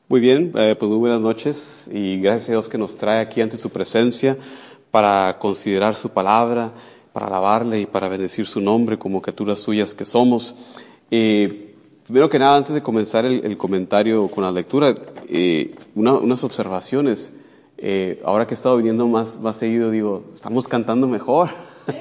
Muy bien, pues muy buenas noches y gracias a Dios que nos trae aquí ante su presencia para considerar su palabra, para alabarle y para bendecir su nombre como criaturas suyas que somos. Primero que nada, antes de comenzar el comentario con la lectura, unas observaciones. Ahora que he estado viniendo más seguido, digo, estamos cantando mejor.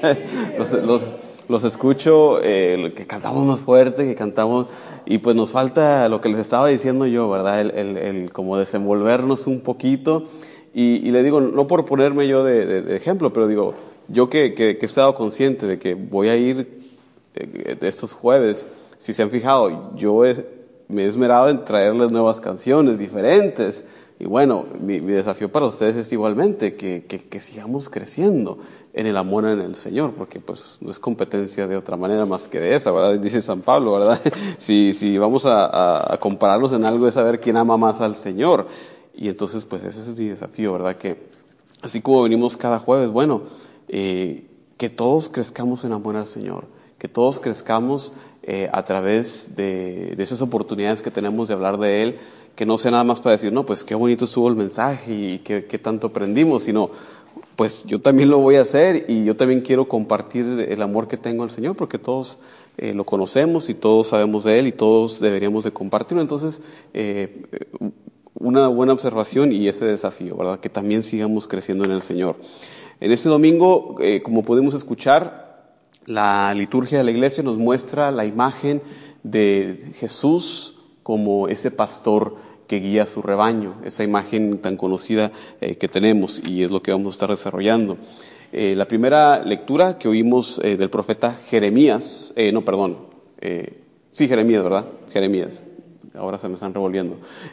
Los escucho, que cantamos más fuerte, que cantamos, y pues nos falta lo que les estaba diciendo yo, ¿verdad? El como desenvolvernos un poquito, y le digo, no por ponerme yo de ejemplo, pero digo, yo que he estado consciente de que voy a ir de estos jueves, si se han fijado, me he esmerado en traerles nuevas canciones diferentes. Y bueno, mi desafío para ustedes es igualmente que sigamos creciendo en el amor en el Señor, porque pues no es competencia de otra manera más que de esa, ¿verdad? Dice San Pablo, ¿verdad? Si vamos a compararnos en algo es saber quién ama más al Señor. Y entonces pues ese es mi desafío, ¿verdad? Que así como venimos cada jueves, bueno, que todos crezcamos en amor al Señor, que todos crezcamos a través de esas oportunidades que tenemos de hablar de Él, que no sea nada más para decir, no, pues qué bonito estuvo el mensaje y qué tanto aprendimos, sino, pues yo también lo voy a hacer y yo también quiero compartir el amor que tengo al Señor, porque todos lo conocemos y todos sabemos de Él y todos deberíamos de compartirlo. Entonces, una buena observación y ese desafío, ¿verdad? Que también sigamos creciendo en el Señor. En este domingo, como podemos escuchar, la liturgia de la iglesia nos muestra la imagen de Jesús como ese pastor que guía a su rebaño, esa imagen tan conocida que tenemos, y es lo que vamos a estar desarrollando. La primera lectura que oímos del profeta Jeremías, Jeremías, ¿verdad? Jeremías, ahora se me están revolviendo.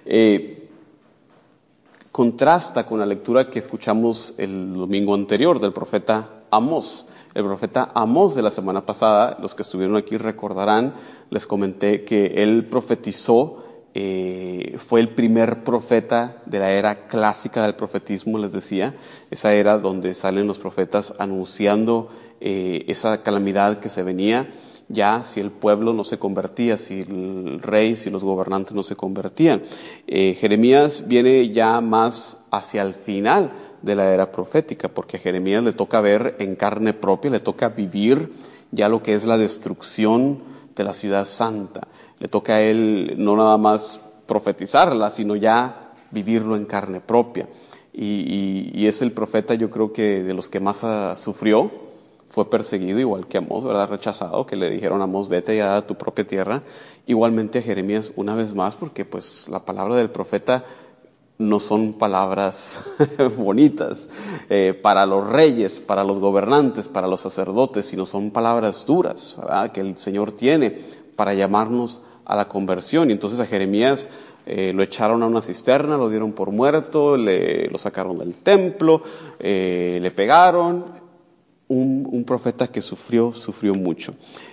Contrasta con la lectura que escuchamos el domingo anterior del profeta Amós. El profeta Amós de la semana pasada, los que estuvieron aquí recordarán, les comenté que él profetizó, fue el primer profeta de la era clásica del profetismo, les decía, esa era donde salen los profetas anunciando esa calamidad que se venía, ya si el pueblo no se convertía, si el rey, si los gobernantes no se convertían. Jeremías viene ya más hacia el final de la era profética, porque a Jeremías le toca ver en carne propia, le toca vivir ya lo que es la destrucción de la ciudad santa. Le toca a él no nada más profetizarla, sino ya vivirlo en carne propia. Y es el profeta, yo creo que de los que más sufrió, fue perseguido, igual que Amós, ¿verdad? Rechazado, que le dijeron a Amós, vete ya a tu propia tierra. Igualmente a Jeremías una vez más, porque pues la palabra del profeta no son palabras bonitas para los reyes, para los gobernantes, para los sacerdotes, sino son palabras duras, ¿verdad? Que el Señor tiene para llamarnos a la conversión. Y entonces a Jeremías lo echaron a una cisterna, lo dieron por muerto, lo sacaron del templo, le pegaron. Un profeta que sufrió mucho.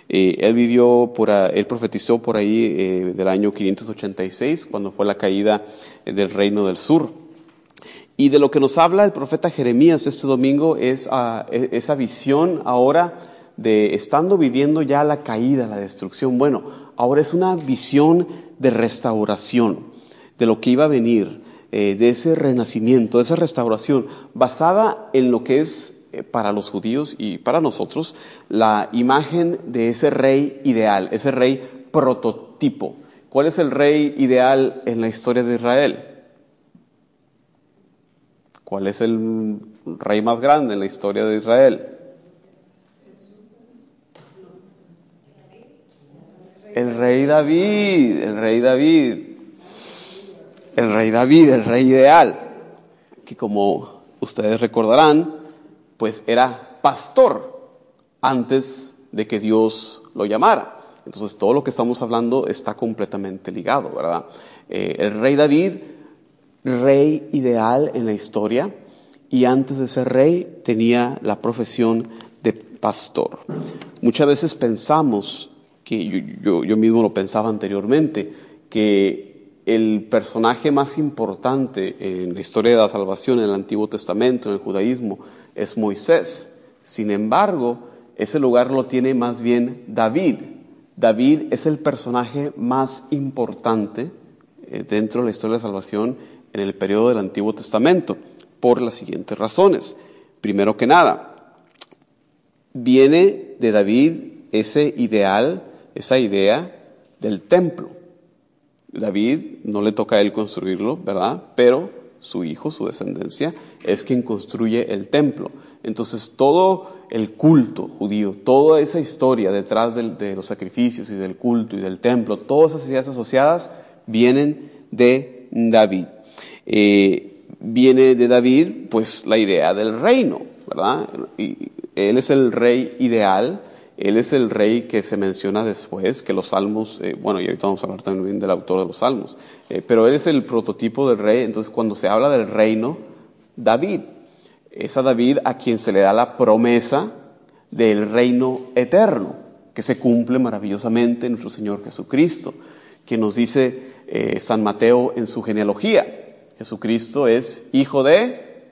Él profetizó por ahí del año 586, cuando fue la caída del reino del sur. Y de lo que nos habla el profeta Jeremías este domingo es esa visión ahora de estando viviendo ya la caída, la destrucción. Bueno, ahora es una visión de restauración, de lo que iba a venir, de ese renacimiento, de esa restauración, basada en lo que es para los judíos y para nosotros, la imagen de ese rey ideal, ese rey prototipo. ¿Cuál es el rey ideal en la historia de Israel? ¿Cuál es el rey más grande en la historia de Israel? El rey David, el rey ideal, que como ustedes recordarán, pues era pastor antes de que Dios lo llamara. Entonces todo lo que estamos hablando está completamente ligado, ¿verdad? El rey David, rey ideal en la historia, y antes de ser rey tenía la profesión de pastor. Muchas veces pensamos, que yo mismo lo pensaba anteriormente, que el personaje más importante en la historia de la salvación en el Antiguo Testamento, en el judaísmo, es Moisés. Sin embargo, ese lugar lo tiene más bien David. David es el personaje más importante dentro de la historia de la salvación en el periodo del Antiguo Testamento, por las siguientes razones. Primero que nada, viene de David ese ideal, esa idea del templo. David no le toca a él construirlo, ¿verdad? Pero su hijo, su descendencia, es quien construye el templo. Entonces todo el culto judío, toda esa historia detrás de los sacrificios y del culto y del templo, todas esas ideas asociadas vienen de David. Viene de David pues la idea del reino, ¿verdad? Y él es el rey ideal. Él es el rey que se menciona después, que los salmos, y ahorita vamos a hablar también del autor de los salmos, pero él es el prototipo del rey. Entonces cuando se habla del reino, David, es a David a quien se le da la promesa del reino eterno, que se cumple maravillosamente en nuestro Señor Jesucristo, que nos dice San Mateo en su genealogía. Jesucristo es hijo de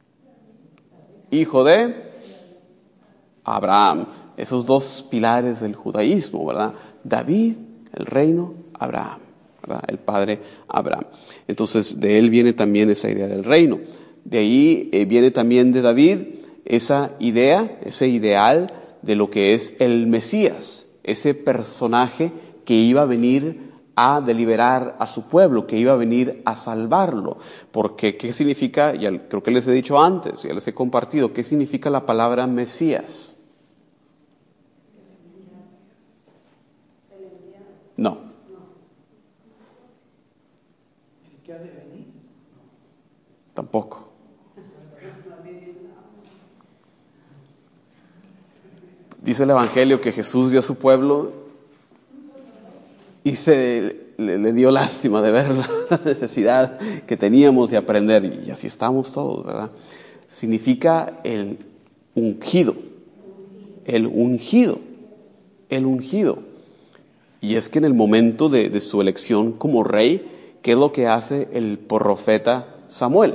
Abraham. Esos dos pilares del judaísmo, ¿verdad? David, el reino, Abraham, ¿verdad? El padre Abraham. Entonces, de él viene también esa idea del reino. De ahí viene también de David esa idea, ese ideal de lo que es el Mesías, ese personaje que iba a venir a deliberar a su pueblo, que iba a venir a salvarlo. Porque, ¿qué significa? Ya creo que les he dicho antes, ya les he compartido, ¿qué significa la palabra Mesías? No. ¿El que ha de venir? Tampoco. Dice el Evangelio que Jesús vio a su pueblo y le dio lástima de ver la necesidad que teníamos de aprender, y así estamos todos, ¿verdad? Significa el ungido. Y es que en el momento de su elección como rey, ¿qué es lo que hace el profeta Samuel?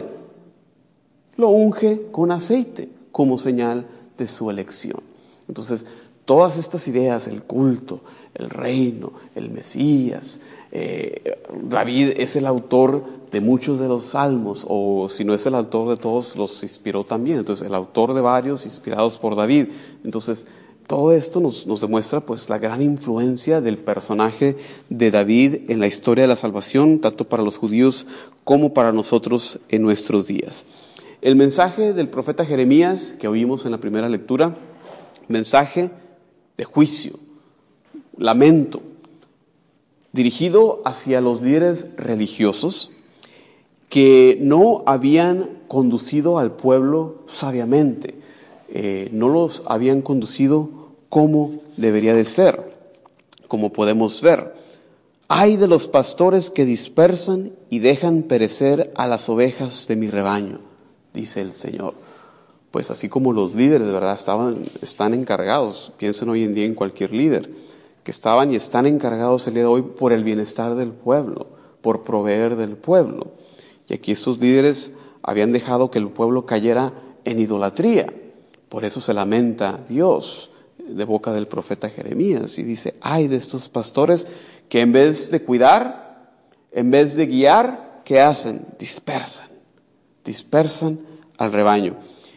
Lo unge con aceite como señal de su elección. Entonces, todas estas ideas, el culto, el reino, el Mesías, David es el autor de muchos de los salmos, o si no es el autor de todos, los inspiró también. Entonces, el autor de varios inspirados por David. Entonces, todo esto nos demuestra pues la gran influencia del personaje de David en la historia de la salvación, tanto para los judíos como para nosotros en nuestros días. El mensaje del profeta Jeremías que oímos en la primera lectura, mensaje de juicio, lamento, dirigido hacia los líderes religiosos que no habían conducido al pueblo sabiamente, no los habían conducido como debería de ser, como podemos ver. Ay de los pastores que dispersan y dejan perecer a las ovejas de mi rebaño, dice el Señor. Pues así como los líderes, de verdad, están encargados, piensen hoy en día en cualquier líder, que estaban y están encargados el día de hoy por el bienestar del pueblo, por proveer del pueblo. Y aquí estos líderes habían dejado que el pueblo cayera en idolatría. Por eso se lamenta Dios de boca del profeta Jeremías y dice, ay de estos pastores que en vez de cuidar, en vez de guiar, ¿qué hacen? Dispersan al rebaño.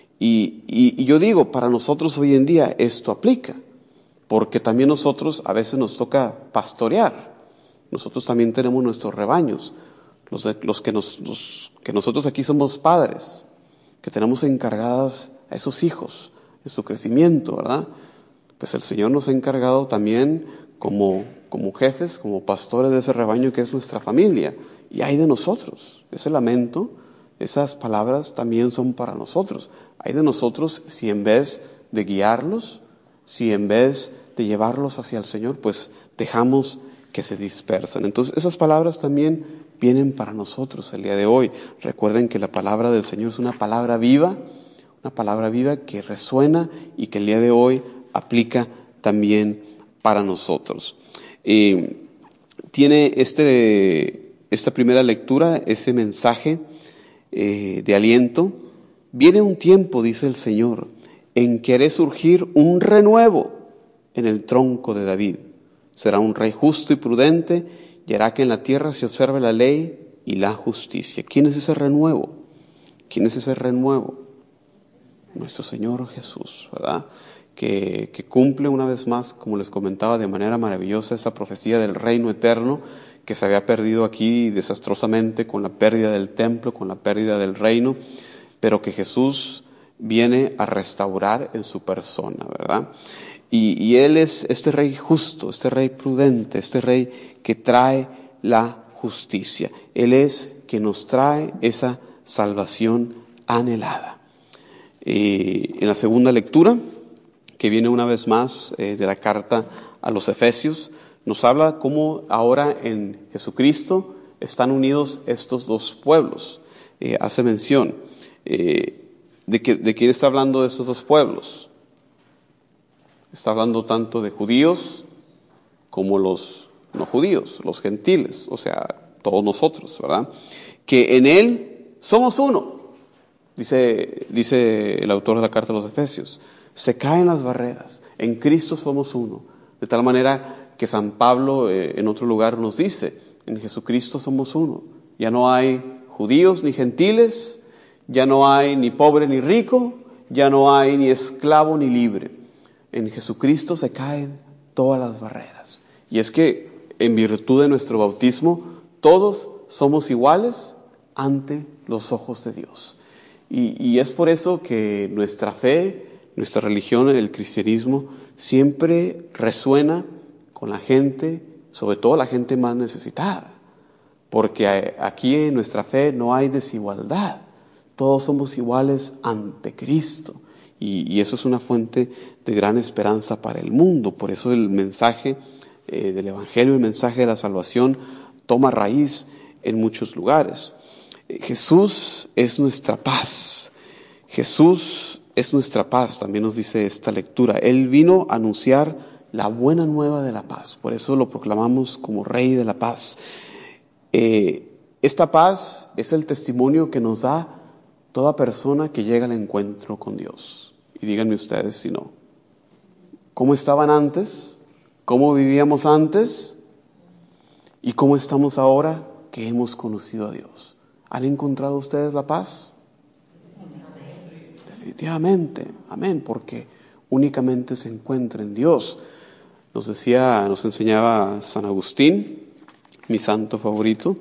Y yo digo, para nosotros hoy en día esto aplica, porque también nosotros a veces nos toca pastorear. Nosotros también tenemos nuestros rebaños, los que nosotros aquí somos padres, que tenemos encargadas a esos hijos en su crecimiento, ¿verdad? Pues el Señor nos ha encargado también como jefes, como pastores de ese rebaño que es nuestra familia. Y hay de nosotros, ese lamento, esas palabras también son para nosotros. Hay de nosotros si en vez de guiarlos, si en vez de llevarlos hacia el Señor, pues dejamos que se dispersen. Entonces esas palabras también vienen para nosotros el día de hoy. Recuerden que la palabra del Señor es una palabra viva que resuena y que el día de hoy aplica también para nosotros. Tiene esta primera lectura, ese mensaje de aliento. Viene un tiempo, dice el Señor, en que haré surgir un renuevo en el tronco de David. Será un rey justo y prudente, y hará que en la tierra se observe la ley y la justicia. ¿Quién es ese renuevo? ¿Quién es ese renuevo? Nuestro Señor Jesús, ¿verdad? Que cumple una vez más, como les comentaba, de manera maravillosa esa profecía del reino eterno que se había perdido aquí desastrosamente con la pérdida del templo, con la pérdida del reino, pero que Jesús viene a restaurar en su persona, ¿verdad? Y Él es este Rey justo, este Rey prudente, este Rey que trae la justicia. Él es que nos trae esa salvación anhelada. En la segunda lectura, que viene una vez más de la carta a los Efesios, nos habla cómo ahora en Jesucristo están unidos estos dos pueblos. Hace mención de quién está hablando de estos dos pueblos. Está hablando tanto de judíos como los no judíos, los gentiles, o sea, todos nosotros, ¿verdad? Que en Él somos uno, dice el autor de la carta a los Efesios. Se caen las barreras, en Cristo somos uno, de tal manera que San Pablo en otro lugar nos dice, en Jesucristo somos uno, ya no hay judíos ni gentiles, ya no hay ni pobre ni rico, ya no hay ni esclavo ni libre. En Jesucristo se caen todas las barreras. Y es que en virtud de nuestro bautismo, todos somos iguales ante los ojos de Dios. Y es por eso que nuestra fe, nuestra religión, el cristianismo, siempre resuena con la gente, sobre todo la gente más necesitada. Porque aquí en nuestra fe no hay desigualdad. Todos somos iguales ante Cristo. Y eso es una fuente de gran esperanza para el mundo. Por eso el mensaje del Evangelio, el mensaje de la salvación, toma raíz en muchos lugares. Jesús es nuestra paz. Jesús es nuestra paz, también nos dice esta lectura. Él vino a anunciar la buena nueva de la paz. Por eso lo proclamamos como Rey de la paz. Esta paz es el testimonio que nos da toda persona que llega al encuentro con Dios. Y díganme ustedes si no. ¿Cómo estaban antes? ¿Cómo vivíamos antes? ¿Y cómo estamos ahora que hemos conocido a Dios? ¿Han encontrado ustedes la paz? Definitivamente, amén, porque únicamente se encuentra en Dios. Nos enseñaba San Agustín, mi santo favorito,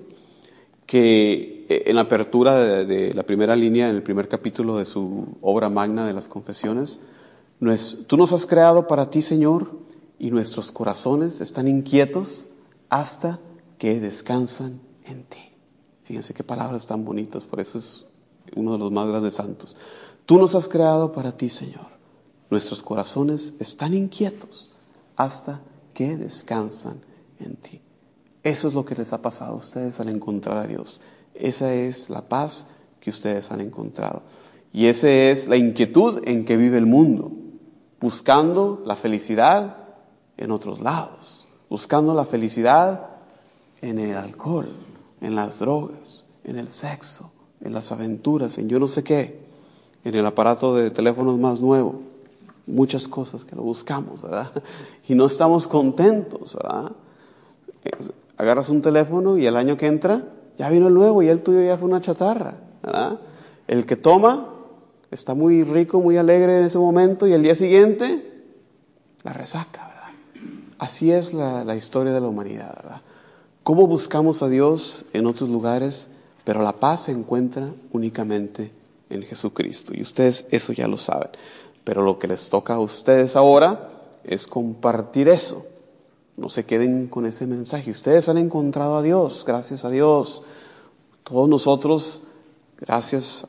que en la apertura de la primera línea, en el primer capítulo de su obra magna de las Confesiones, tú nos has creado para ti, Señor, y nuestros corazones están inquietos hasta que descansan en ti. Fíjense qué palabras tan bonitas, por eso es uno de los más grandes santos. Tú nos has creado para ti, Señor. Nuestros corazones están inquietos hasta que descansan en ti. Eso es lo que les ha pasado a ustedes al encontrar a Dios. Esa es la paz que ustedes han encontrado. Y esa es la inquietud en que vive el mundo, buscando la felicidad en otros lados, buscando la felicidad en el alcohol, en las drogas, en el sexo, en las aventuras, en yo no sé qué, en el aparato de teléfonos más nuevo, muchas cosas que lo buscamos, ¿verdad? Y no estamos contentos, ¿verdad? Agarras un teléfono y el año que entra ya vino el nuevo y el tuyo ya fue una chatarra, ¿verdad? El que toma está muy rico, muy alegre en ese momento y el día siguiente la resaca, ¿verdad? Así es la historia de la humanidad, ¿verdad? ¿Cómo buscamos a Dios en otros lugares? Pero la paz se encuentra únicamente en Jesucristo. Y ustedes eso ya lo saben. Pero lo que les toca a ustedes ahora es compartir eso. No se queden con ese mensaje. Ustedes han encontrado a Dios, gracias a Dios. Todos nosotros, gracias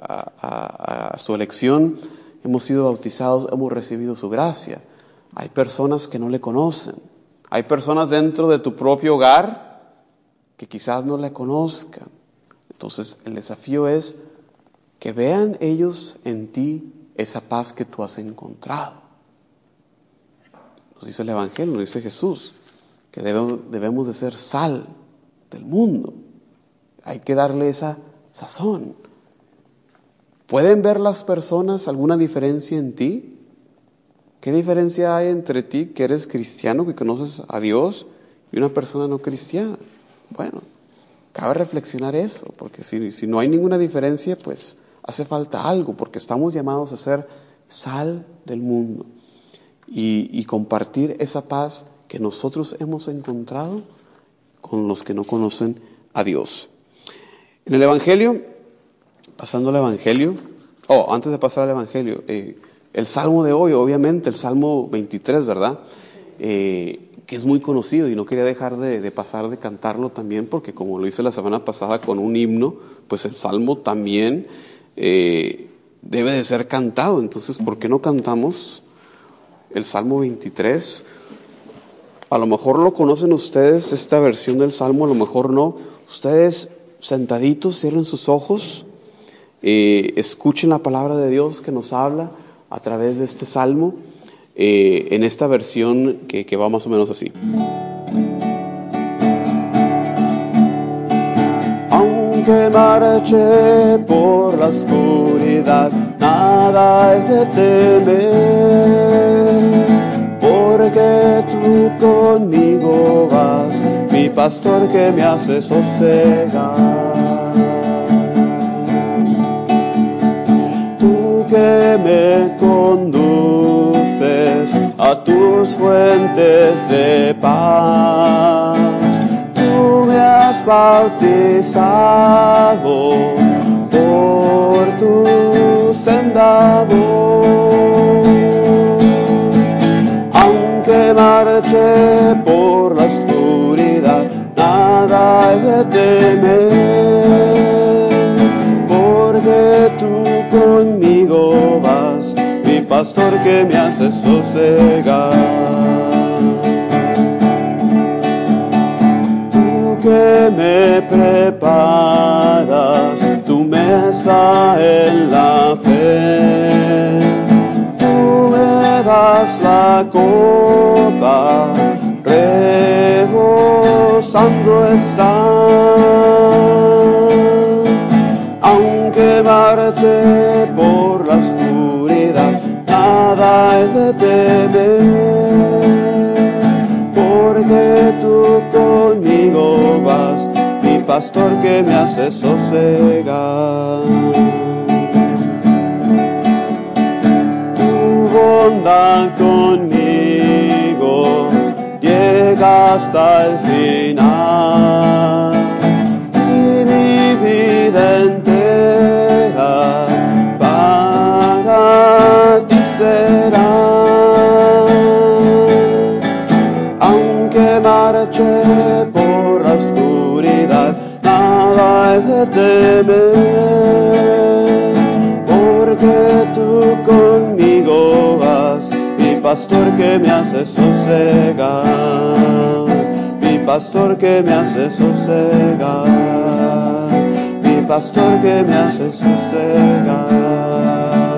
a su elección, hemos sido bautizados, hemos recibido su gracia. Hay personas que no le conocen. Hay personas dentro de tu propio hogar que quizás no le conozcan. Entonces el desafío es que vean ellos en ti esa paz que tú has encontrado. Nos dice el Evangelio, nos dice Jesús, que debemos de ser sal del mundo. Hay que darle esa sazón. ¿Pueden ver las personas alguna diferencia en ti? ¿Qué diferencia hay entre ti, que eres cristiano, que conoces a Dios, y una persona no cristiana. Bueno, cabe reflexionar eso, porque si no hay ninguna diferencia, pues hace falta algo, porque estamos llamados a ser sal del mundo y compartir esa paz que nosotros hemos encontrado con los que no conocen a Dios. En el Evangelio, pasando al Evangelio, antes de pasar al Evangelio, el Salmo de hoy, obviamente, el Salmo 23, ¿verdad? Que es muy conocido y no quería dejar de pasar de cantarlo también, porque como lo hice la semana pasada con un himno, pues el Salmo también debe de ser cantado. Entonces, ¿por qué no cantamos el Salmo 23? A lo mejor lo conocen ustedes, esta versión del Salmo, a lo mejor no. Ustedes sentaditos, cierren sus ojos, escuchen la palabra de Dios que nos habla a través de este Salmo, en esta versión que va más o menos así. Aunque marche por la oscuridad, nada he de temer, porque tú conmigo vas, mi pastor que me hace sosegar. Tú que me conduces a tus fuentes de paz, tú me has bautizado por tu senda voy. Aunque marche por la oscuridad, nada he de temer, porque tú conmigo vas, mi pastor que me hace sosegar. Tú que me preparas tu mesa en la fe, tú me das la copa, rebosando está. Aunque marche por la oscuridad, nada he de temer, porque tú conmigo vas, mi pastor que me hace sosegar. Tu bondad conmigo llega hasta el final, y mi vida entera para ti será. Aunque marche por la oscuridad, nada he de temer, porque tú conmigo vas, mi pastor que me hace sosegar, mi pastor que me hace sosegar, mi pastor que me hace sosegar.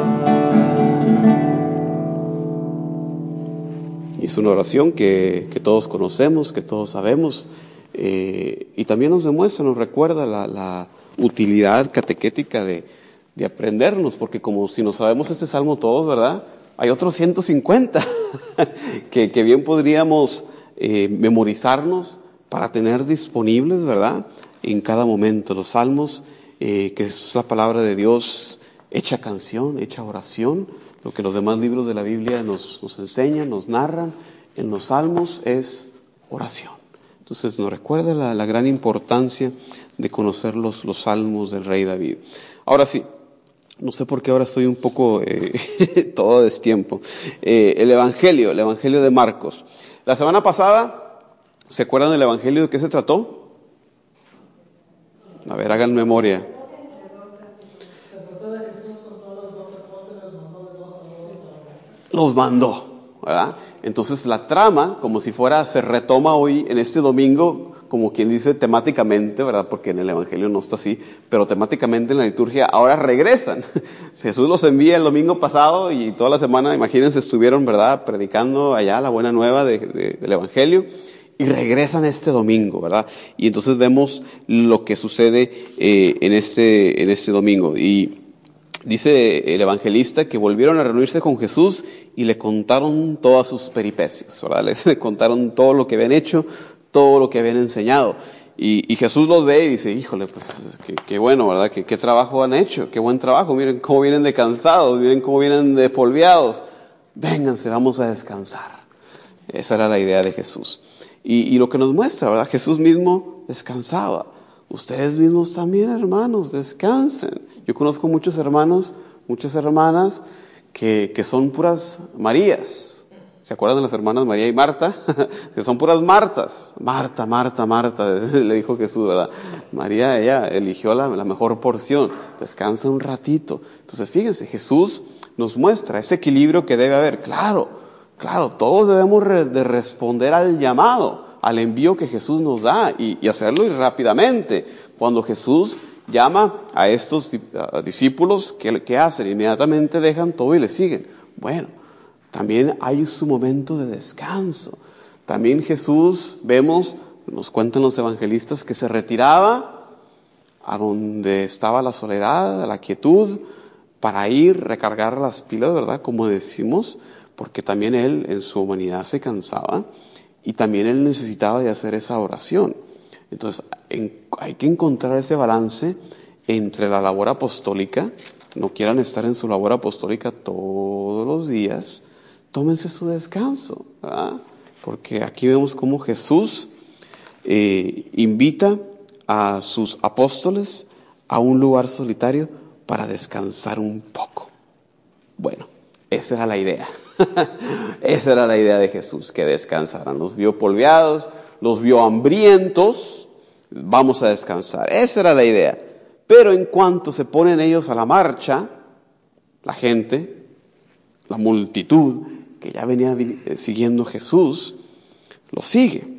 Es una oración que todos conocemos, que todos sabemos, y también nos demuestra, nos recuerda la utilidad catequética de aprendernos, porque como si nos sabemos este salmo todos, ¿verdad? Hay otros 150 que bien podríamos memorizarnos para tener disponibles, ¿verdad? En cada momento los salmos, que es la palabra de Dios hecha canción, hecha oración. Lo que los demás libros de la Biblia nos enseñan, nos narran, en los salmos es oración. Entonces nos recuerda la gran importancia de conocer los salmos del rey David. Ahora sí, no sé por qué ahora estoy un poco todo a destiempo. El Evangelio de Marcos. La semana pasada, ¿se acuerdan del Evangelio de qué se trató? A ver, hagan memoria. Los mandó, ¿verdad? Entonces la trama, como si fuera, se retoma hoy en este domingo, como quien dice temáticamente, ¿verdad? Porque en el Evangelio no está así, pero temáticamente en la liturgia ahora regresan. Jesús los envía el domingo pasado y toda la semana, imagínense, estuvieron, ¿verdad? Predicando allá la buena nueva del Evangelio, y regresan este domingo, ¿verdad? Y entonces vemos lo que sucede en este domingo. Y dice el evangelista que volvieron a reunirse con Jesús y le contaron todas sus peripecias, ¿verdad? Le contaron todo lo que habían hecho, todo lo que habían enseñado. Y Jesús los ve y dice, híjole, pues qué bueno, ¿verdad? Qué trabajo han hecho, qué buen trabajo. Miren cómo vienen de cansados, miren cómo vienen de polveados. Vénganse, vamos a descansar. Esa era la idea de Jesús. Y lo que nos muestra, ¿verdad? Jesús mismo descansaba. Ustedes mismos también, hermanos, descansen. Yo conozco muchos hermanos, muchas hermanas que son puras Marías. ¿Se acuerdan de las hermanas María y Marta? Que son puras Martas. Marta, le dijo Jesús, ¿verdad? María, ella eligió la mejor porción. Descansa un ratito. Entonces, fíjense, Jesús nos muestra ese equilibrio que debe haber. Claro, todos debemos de responder al llamado, al envío que Jesús nos da y hacerlo rápidamente. Cuando Jesús llama a estos discípulos, ¿qué hacen? Inmediatamente dejan todo y le siguen. Bueno, también hay su momento de descanso. También Jesús, nos cuentan los evangelistas, que se retiraba a donde estaba la soledad, la quietud, para recargar las pilas, ¿verdad? Como decimos, porque también Él en su humanidad se cansaba y también Él necesitaba de hacer esa oración. Entonces, hay que encontrar ese balance entre la labor apostólica. No quieran estar en su labor apostólica todos los días. Tómense su descanso, ¿verdad? Porque aquí vemos cómo Jesús invita a sus apóstoles a un lugar solitario para descansar un poco. Bueno, esa era la idea. Esa era la idea de Jesús, que descansaran. Los vio polveados, los vio hambrientos, vamos a descansar. Esa era la idea. Pero en cuanto se ponen ellos a la marcha, la gente, la multitud que ya venía siguiendo a Jesús, lo sigue,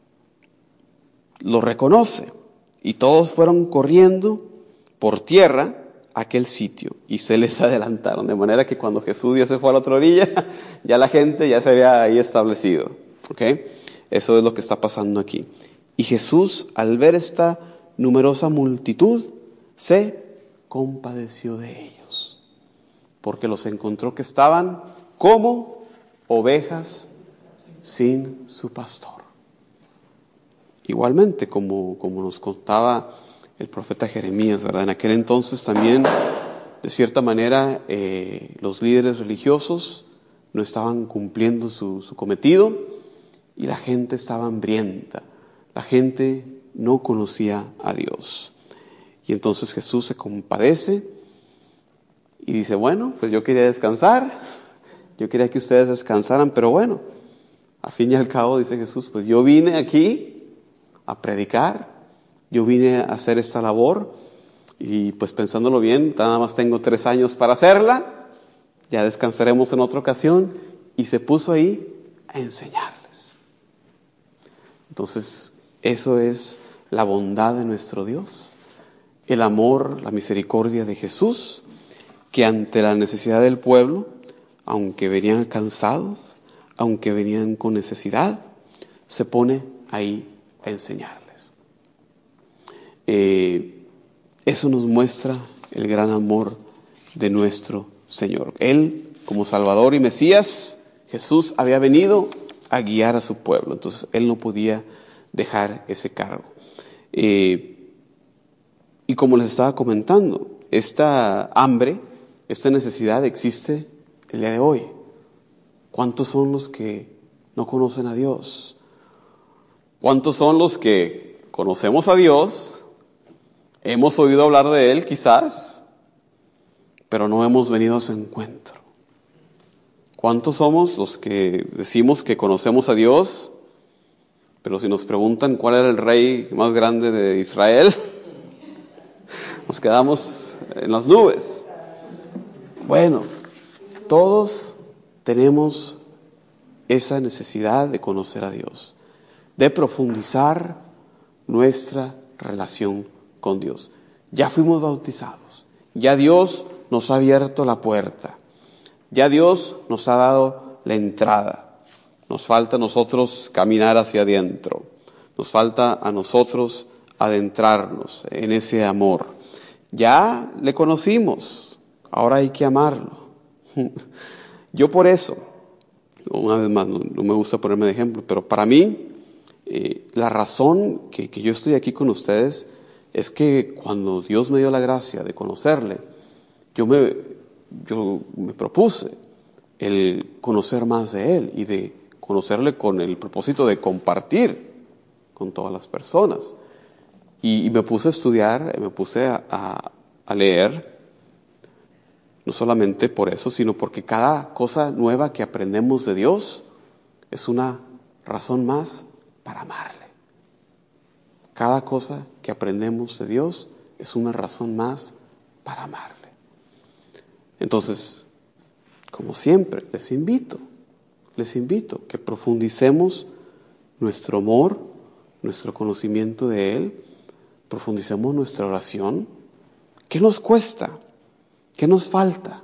lo reconoce, y todos fueron corriendo por tierra a aquel sitio y se les adelantaron, de manera que cuando Jesús ya se fue a la otra orilla, ya la gente ya se había ahí establecido. ¿Ok? Eso es lo que está pasando aquí. Y Jesús, al ver esta numerosa multitud, se compadeció de ellos, porque los encontró que estaban como ovejas sin su pastor. Igualmente, como nos contaba el profeta Jeremías, ¿verdad? En aquel entonces también, de cierta manera, los líderes religiosos no estaban cumpliendo su cometido y la gente estaba hambrienta. La gente no conocía a Dios. Y entonces Jesús se compadece y dice, bueno, pues yo quería descansar, yo quería que ustedes descansaran, pero bueno, a fin y al cabo, dice Jesús, pues yo vine aquí a predicar, yo vine a hacer esta labor y pues pensándolo bien, nada más tengo 3 años para hacerla, ya descansaremos en otra ocasión, y se puso ahí a enseñarles. Entonces, eso es la bondad de nuestro Dios, el amor, la misericordia de Jesús, que ante la necesidad del pueblo, aunque venían cansados, aunque venían con necesidad, se pone ahí a enseñarles. Eso nos muestra el gran amor de nuestro Señor. Él, como Salvador y Mesías, Jesús había venido a guiar a su pueblo, entonces Él no podía dejar ese cargo. Y como les estaba comentando, esta hambre, esta necesidad existe el día de hoy. ¿Cuántos son los que no conocen a Dios? ¿Cuántos son los que conocemos a Dios? Hemos oído hablar de Él quizás, pero no hemos venido a su encuentro. ¿Cuántos somos los que decimos que conocemos a Dios, pero si nos preguntan cuál era el rey más grande de Israel, nos quedamos en las nubes? Bueno, todos tenemos esa necesidad de conocer a Dios, de profundizar nuestra relación con Dios. Ya fuimos bautizados, ya Dios nos ha abierto la puerta, ya Dios nos ha dado la entrada. Nos falta a nosotros caminar hacia adentro, nos falta a nosotros adentrarnos en ese amor. Ya le conocimos, ahora hay que amarlo. Yo por eso, una vez más, no me gusta ponerme de ejemplo, pero para mí La razón que yo estoy aquí con ustedes es que cuando Dios me dio la gracia de conocerle, yo me propuse el conocer más de Él y de conocerle con el propósito de compartir con todas las personas. Y me puse a estudiar, me puse a leer, no solamente por eso, sino porque cada cosa nueva que aprendemos de Dios es una razón más para amarle. Cada cosa que aprendemos de Dios es una razón más para amarle. Entonces, como siempre, les invito que profundicemos nuestro amor, nuestro conocimiento de Él, profundicemos nuestra oración. ¿Qué nos cuesta? ¿Qué nos falta?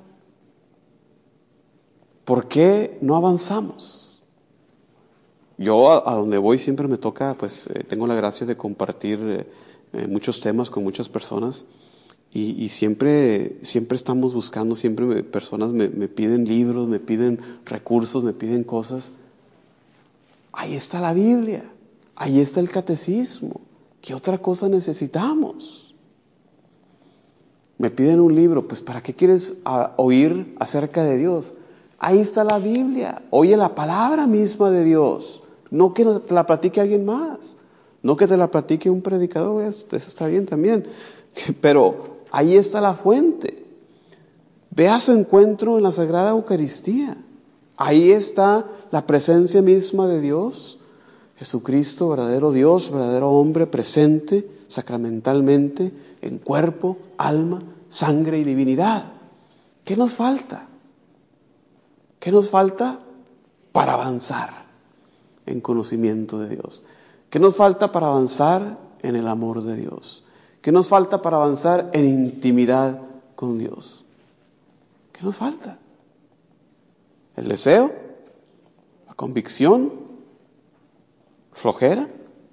¿Por qué no avanzamos? Yo a donde voy siempre me toca, tengo la gracia de compartir muchos temas con muchas personas y siempre estamos buscando, personas me piden libros, me piden recursos, me piden cosas. Ahí está la Biblia, ahí está el catecismo. ¿Qué otra cosa necesitamos? Me piden un libro, pues ¿para qué quieres oír acerca de Dios? Ahí está la Biblia, oye la palabra misma de Dios. No que te la platique alguien más, no que te la platique un predicador, eso está bien también, pero ahí está la fuente. Ve a su encuentro en la Sagrada Eucaristía. Ahí está la presencia misma de Dios, Jesucristo, verdadero Dios, verdadero hombre, presente sacramentalmente en cuerpo, alma, sangre y divinidad. ¿Qué nos falta? ¿Qué nos falta para avanzar en conocimiento de Dios? ¿Qué nos falta para avanzar en el amor de Dios? ¿Qué nos falta para avanzar en intimidad con Dios? ¿Qué nos falta? ¿El deseo? ¿La convicción? ¿Flojera?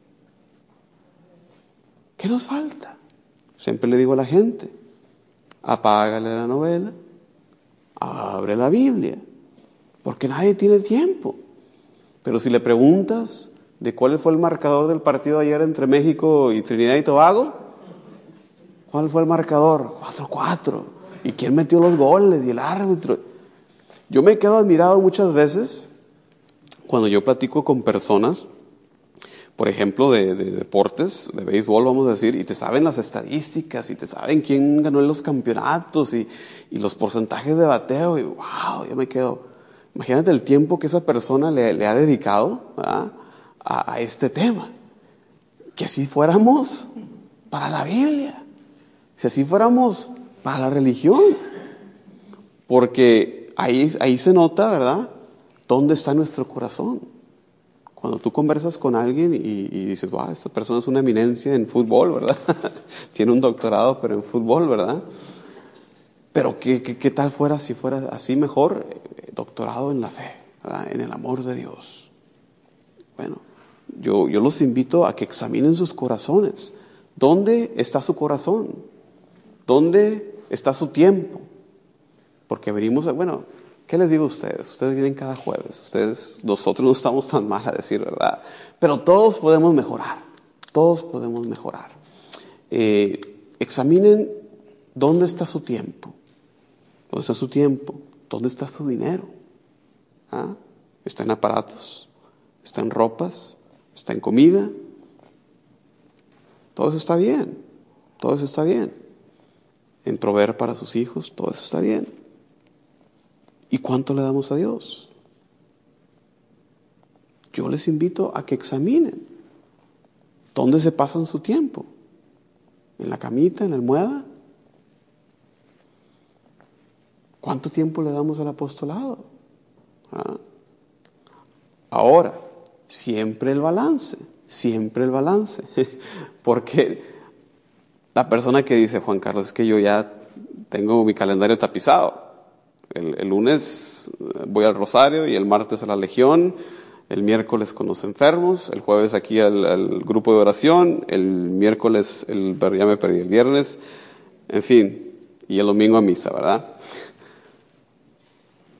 ¿Qué nos falta? Siempre le digo a la gente, apágale la novela, abre la Biblia, porque nadie tiene tiempo. Pero si le preguntas de cuál fue el marcador del partido ayer entre México y Trinidad y Tobago, ¿cuál fue el marcador? 4-4. ¿Y quién metió los goles? Y el árbitro. Yo me quedo admirado muchas veces cuando yo platico con personas, por ejemplo, de deportes, de béisbol, vamos a decir, y te saben las estadísticas, y te saben quién ganó en los campeonatos, y los porcentajes de bateo, y wow, yo me quedo. Imagínate el tiempo que esa persona le ha dedicado a este tema. Que así fuéramos para la Biblia, si así fuéramos para la religión, porque ahí se nota, ¿verdad?, dónde está nuestro corazón. Cuando tú conversas con alguien y dices, wow, esta persona es una eminencia en fútbol, ¿verdad? Tiene un doctorado, pero en fútbol, ¿verdad? Pero ¿qué tal fuera si fuera así mejor? Doctorado en la fe, ¿verdad?, en el amor de Dios. Bueno, yo los invito a que examinen sus corazones. ¿Dónde está su corazón? ¿Dónde está su tiempo? Porque venimos ¿qué les digo a ustedes? Ustedes vienen cada jueves. Nosotros no estamos tan mal, a decir verdad. Pero todos podemos mejorar. Todos podemos mejorar. Examinen dónde está su tiempo. ¿Dónde está su tiempo? ¿Dónde está su dinero? ¿Está en aparatos? ¿Está en ropas? ¿Está en comida? Todo eso está bien. Todo eso está bien. En proveer para sus hijos, todo eso está bien. ¿Y cuánto le damos a Dios? Yo les invito a que examinen dónde se pasan su tiempo. ¿En la camita, en la almohada? ¿Cuánto tiempo le damos al apostolado? Ahora, siempre el balance. Porque la persona que dice, Juan Carlos, es que yo ya tengo mi calendario tapizado. El lunes voy al Rosario y el martes a la Legión, el miércoles con los enfermos, el jueves aquí al grupo de oración, el miércoles, ya me perdí, el viernes, en fin, y el domingo a misa, ¿verdad?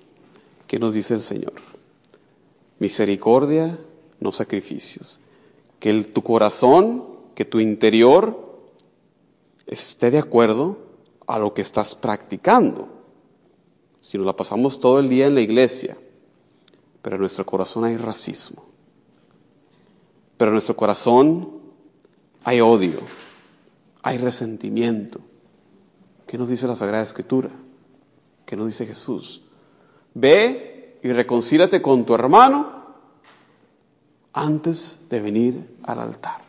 ¿Qué nos dice el Señor? Misericordia, no sacrificios. que tu corazón, que tu interior esté de acuerdo a lo que estás practicando. Si nos la pasamos todo el día en la iglesia, pero en nuestro corazón hay racismo, pero en nuestro corazón hay odio, hay resentimiento. ¿Qué nos dice la Sagrada Escritura? ¿Qué nos dice Jesús? Ve y reconcíliate con tu hermano antes de venir al altar.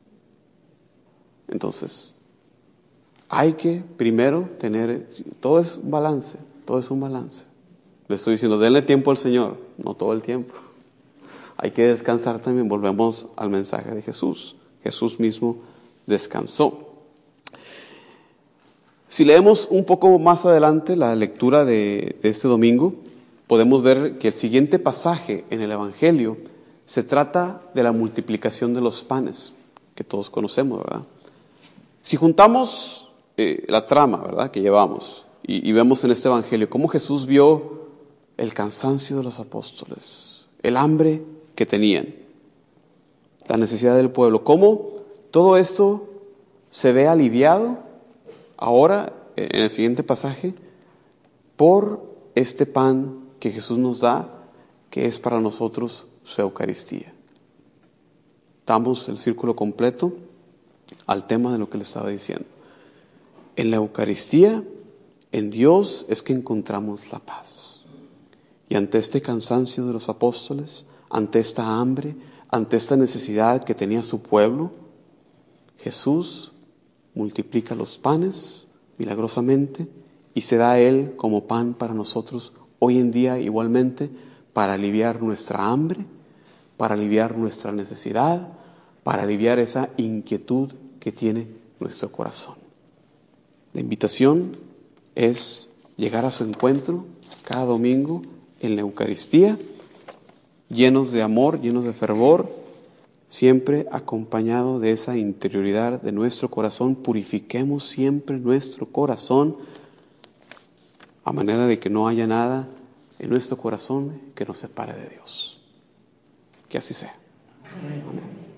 Entonces, hay que primero tener, todo es un balance. Le estoy diciendo, denle tiempo al Señor, no todo el tiempo. Hay que descansar también, volvemos al mensaje de Jesús. Jesús mismo descansó. Si leemos un poco más adelante la lectura de este domingo, podemos ver que el siguiente pasaje en el Evangelio se trata de la multiplicación de los panes, que todos conocemos, ¿verdad? Si juntamos la trama, ¿verdad?, que llevamos, y vemos en este Evangelio cómo Jesús vio el cansancio de los apóstoles, el hambre que tenían, la necesidad del pueblo, cómo todo esto se ve aliviado ahora, en el siguiente pasaje, por este pan que Jesús nos da, que es para nosotros su Eucaristía. Damos el círculo completo al tema de lo que le estaba diciendo. En la Eucaristía, en Dios es que encontramos la paz. Y ante este cansancio de los apóstoles, ante esta hambre, ante esta necesidad que tenía su pueblo, Jesús multiplica los panes milagrosamente y se da a Él como pan para nosotros hoy en día igualmente, para aliviar nuestra hambre, para aliviar nuestra necesidad, para aliviar esa inquietud que tiene nuestro corazón. La invitación es llegar a su encuentro cada domingo en la Eucaristía, llenos de amor, llenos de fervor, siempre acompañado de esa interioridad de nuestro corazón. Purifiquemos siempre nuestro corazón a manera de que no haya nada en nuestro corazón que nos separe de Dios. Que así sea. Amén.